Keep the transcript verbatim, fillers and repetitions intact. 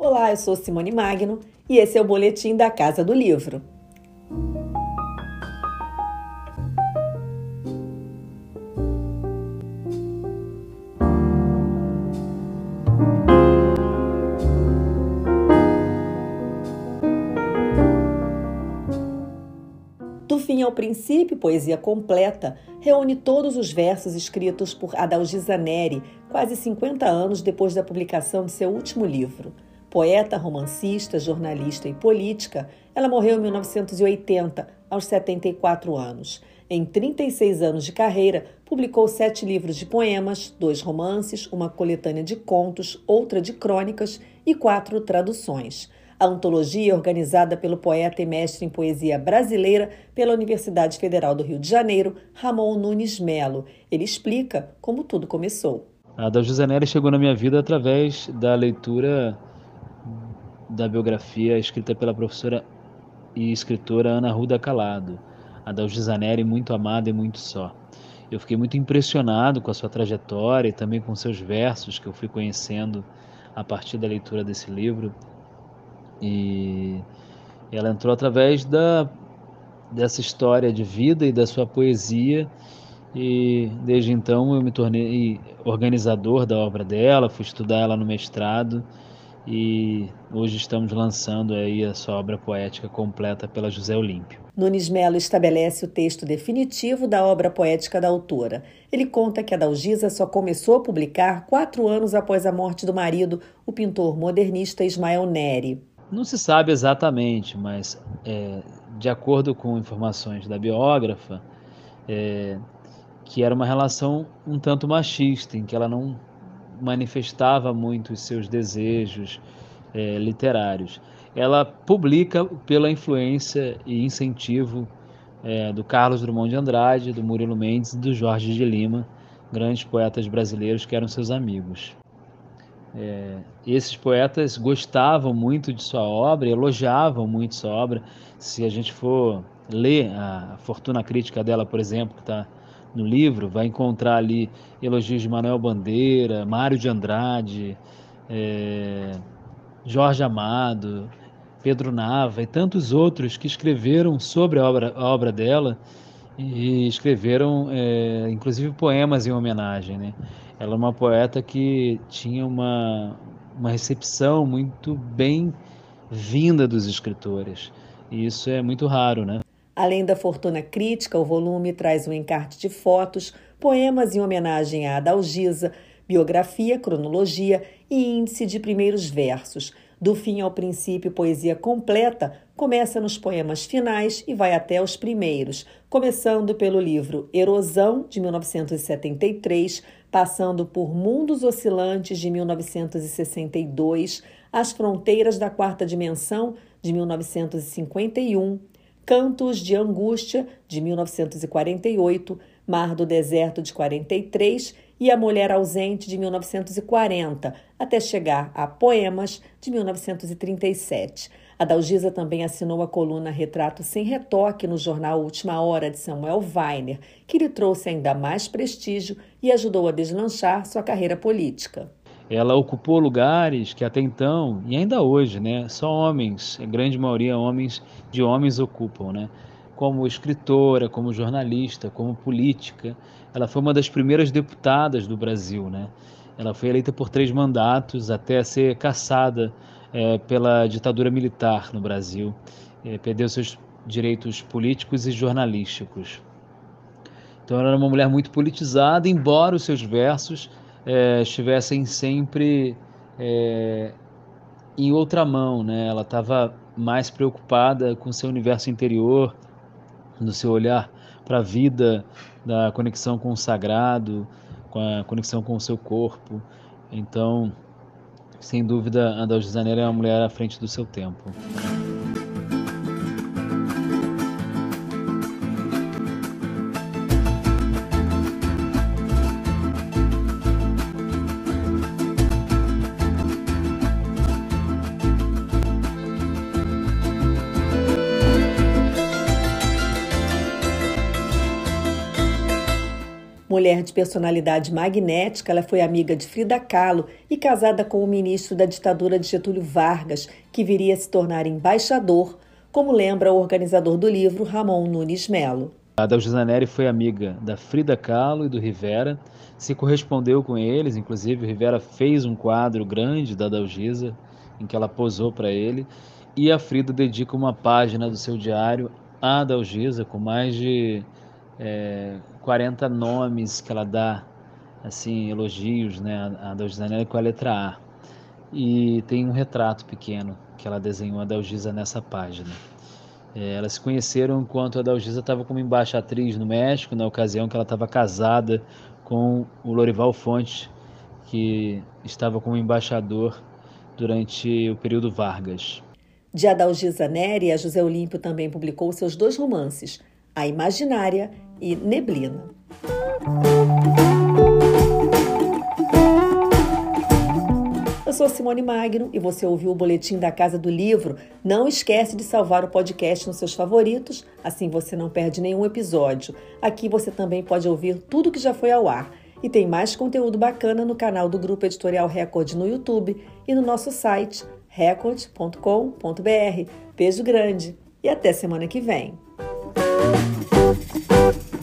Olá, eu sou Simone Magno e esse é o Boletim da Casa do Livro. Do Fim ao Princípio, poesia completa, reúne todos os versos escritos por Adalgisa Neri, quase cinquenta anos depois da publicação de seu último livro. Poeta, romancista, jornalista e política, ela morreu em mil novecentos e oitenta, aos setenta e quatro anos. Em trinta e seis anos de carreira, publicou sete livros de poemas, dois romances, uma coletânea de contos, outra de crônicas e quatro traduções. A antologia é organizada pelo poeta e mestre em poesia brasileira pela Universidade Federal do Rio de Janeiro, Ramon Nunes Melo. Ele explica como tudo começou. A Adalgisa Neri chegou na minha vida através da leitura da biografia escrita pela professora e escritora Ana Ruda Calado. A Adalgisa Neri, muito amada e muito só. Eu fiquei muito impressionado com a sua trajetória e também com seus versos que eu fui conhecendo a partir da leitura desse livro. E ela entrou através da, dessa história de vida e da sua poesia, e desde então eu me tornei organizador da obra dela, fui estudar ela no mestrado e hoje estamos lançando aí a sua obra poética completa pela José Olímpio. Nunes Melo estabelece o texto definitivo da obra poética da autora. Ele conta que Adalgisa só começou a publicar quatro anos após a morte do marido, o pintor modernista Ismael Neri. Não se sabe exatamente, mas é, de acordo com informações da biógrafa, é, que era uma relação um tanto machista, em que ela não manifestava muito os seus desejos é, literários. Ela publica pela influência e incentivo é, do Carlos Drummond de Andrade, do Murilo Mendes e do Jorge de Lima, grandes poetas brasileiros que eram seus amigos. É, esses poetas gostavam muito de sua obra, elogiavam muito sua obra. Se a gente for ler a fortuna crítica dela, por exemplo, que está no livro, vai encontrar ali elogios de Manuel Bandeira, Mário de Andrade, é, Jorge Amado, Pedro Nava e tantos outros que escreveram sobre a obra, a obra dela e escreveram, é, inclusive, poemas em homenagem, né? Ela é uma poeta que tinha uma, uma recepção muito bem vinda dos escritores, e isso é muito raro, né? Além da fortuna crítica, o volume traz um encarte de fotos, poemas em homenagem a Adalgisa, biografia, cronologia e índice de primeiros versos. Do Fim ao Princípio, poesia completa, começa nos poemas finais e vai até os primeiros, começando pelo livro Erosão, de mil novecentos e setenta e três, passando por Mundos Oscilantes, de mil novecentos e sessenta e dois, As Fronteiras da Quarta Dimensão, de mil novecentos e cinquenta e um, Cantos de Angústia, de mil novecentos e quarenta e oito, Mar do Deserto, de quarenta e três e A Mulher Ausente, de mil novecentos e quarenta, até chegar a Poemas, de mil novecentos e trinta e sete. Adalgisa também assinou a coluna Retrato Sem Retoque no jornal Última Hora, de Samuel Weiner, que lhe trouxe ainda mais prestígio e ajudou a deslanchar sua carreira política. Ela ocupou lugares que até então, e ainda hoje, né, só homens, a grande maioria homens de homens ocupam, né? Como escritora, como jornalista, como política. Ela foi uma das primeiras deputadas do Brasil, né? Ela foi eleita por três mandatos até ser cassada é, pela ditadura militar no Brasil. É, perdeu seus direitos políticos e jornalísticos. Então ela era uma mulher muito politizada, embora os seus versos é, estivessem sempre é, em outra mão, né? Ela estava mais preocupada com seu universo interior, no seu olhar para a vida, da conexão com o sagrado, com a conexão com o seu corpo. Então, sem dúvida, a Adalgisa Neri é uma mulher à frente do seu tempo. Mulher Mulher de personalidade magnética, ela foi amiga de Frida Kahlo e casada com o ministro da ditadura de Getúlio Vargas, que viria a se tornar embaixador, como lembra o organizador do livro, Ramon Nunes Melo. A Adalgisa Neri foi amiga da Frida Kahlo e do Rivera, se correspondeu com eles, inclusive o Rivera fez um quadro grande da Adalgisa, em que ela posou para ele, e a Frida dedica uma página do seu diário à Adalgisa, com mais de é, quarenta nomes que ela dá, assim, elogios, né, a Adalgisa Neri com a letra A. E tem um retrato pequeno que ela desenhou a Adalgisa nessa página. É, elas se conheceram enquanto a Adalgisa estava como embaixatriz no México, na ocasião que ela estava casada com o Lorival Fonte, que estava como embaixador durante o período Vargas. De Adalgisa Neri, a José Olímpio também publicou seus dois romances, A Imaginária e Neblina. Eu sou Simone Magno e você ouviu o Boletim da Casa do Livro. Não esquece de salvar o podcast nos seus favoritos, assim você não perde nenhum episódio. Aqui você também pode ouvir tudo que já foi ao ar. E tem mais conteúdo bacana no canal do Grupo Editorial Record no YouTube e no nosso site record ponto com ponto br. Beijo grande e até semana que vem.